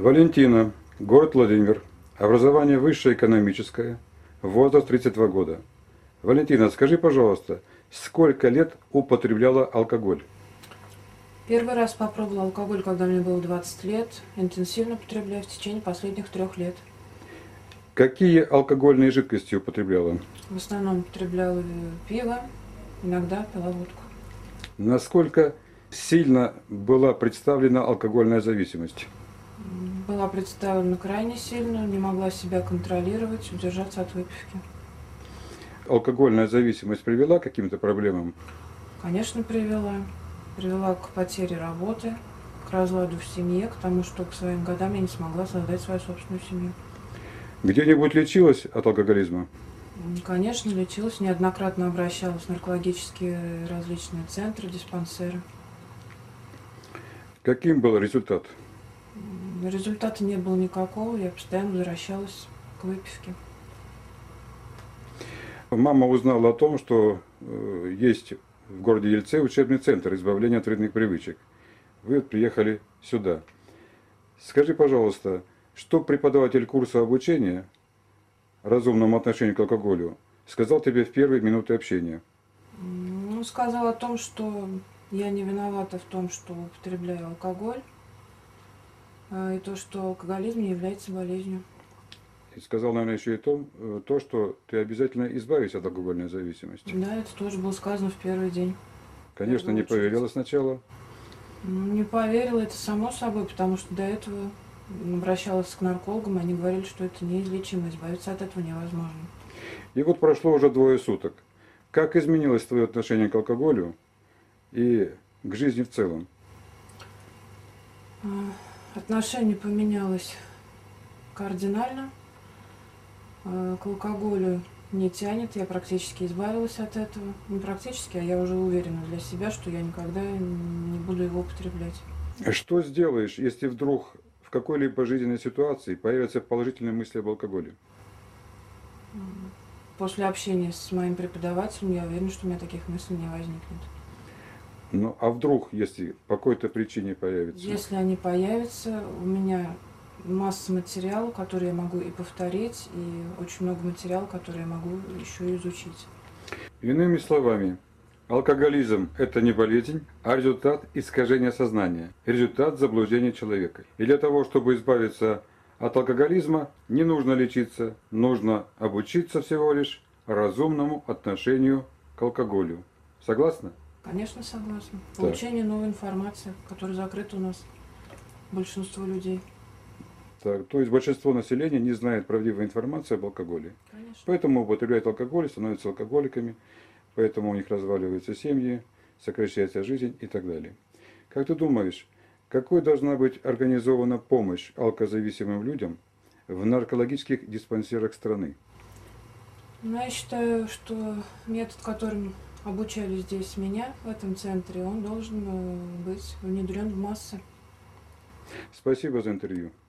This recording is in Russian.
Валентина, город Владимир, образование высшее экономическое, возраст 32 года. Валентина, скажи, пожалуйста, сколько лет употребляла алкоголь? Первый раз попробовала алкоголь, когда мне было 20 лет. Интенсивно потребляю в течение последних 3 лет. Какие алкогольные жидкости употребляла? В основном употребляла пиво, иногда пила водку. Насколько сильно была представлена алкогольная зависимость? Была представлена крайне сильно, не могла себя контролировать, удержаться от выпивки. Алкогольная зависимость привела к каким-то проблемам? Конечно, привела. Привела к потере работы, к разладу в семье, к тому, что к своим годам я не смогла создать свою собственную семью. Где-нибудь лечилась от алкоголизма? Конечно, лечилась, неоднократно обращалась в наркологические различные центры, диспансеры. Каким был результат? Результата не было никакого, я постоянно возвращалась к выпивке. Мама узнала о том, что есть в городе Ельце учебный центр избавления от вредных привычек. Вы приехали сюда. Скажи, пожалуйста, что преподаватель курса обучения разумному отношению к алкоголю сказал тебе в первые минуты общения? Сказал о том, что я не виновата в том, что употребляю алкоголь, и то, что алкоголизм не является болезнью. И сказал, наверное, еще и то, что ты обязательно избавишься от алкогольной зависимости. Да, это тоже было сказано в первый день. Конечно, не поверила сначала. Не поверила, это само собой, потому что до этого обращалась к наркологам, и они говорили, что это неизлечимо, избавиться от этого невозможно. И вот прошло уже 2 суток. Как изменилось твое отношение к алкоголю и к жизни в целом? Отношение поменялось кардинально. К алкоголю не тянет, я практически избавилась от этого. Не практически, а я уже уверена для себя, что я никогда не буду его употреблять. Что сделаешь, если вдруг в какой-либо жизненной ситуации появятся положительные мысли об алкоголе? После общения с моим преподавателем я уверена, что у меня таких мыслей не возникнет. Ну, а вдруг, если по какой-то причине появится? Если они появятся, у меня масса материала, который я могу и повторить, и очень много материала, который я могу еще изучить. Иными словами, алкоголизм – это не болезнь, а результат искажения сознания, результат заблуждения человека. И для того, чтобы избавиться от алкоголизма, не нужно лечиться, нужно обучиться всего лишь разумному отношению к алкоголю. Согласна? Конечно, согласна. Так. Получение новой информации, которая закрыта у нас большинство людей. Так, то есть большинство населения не знает правдивой информации об алкоголе. Конечно. Поэтому употребляют алкоголь, становятся алкоголиками, поэтому у них разваливаются семьи, сокращается жизнь и так далее. Как ты думаешь, какой должна быть организована помощь алкозависимым людям в наркологических диспансерах страны? Я считаю, что метод, которым обучали здесь меня, в этом центре, он должен быть внедрен в массы. Спасибо за интервью.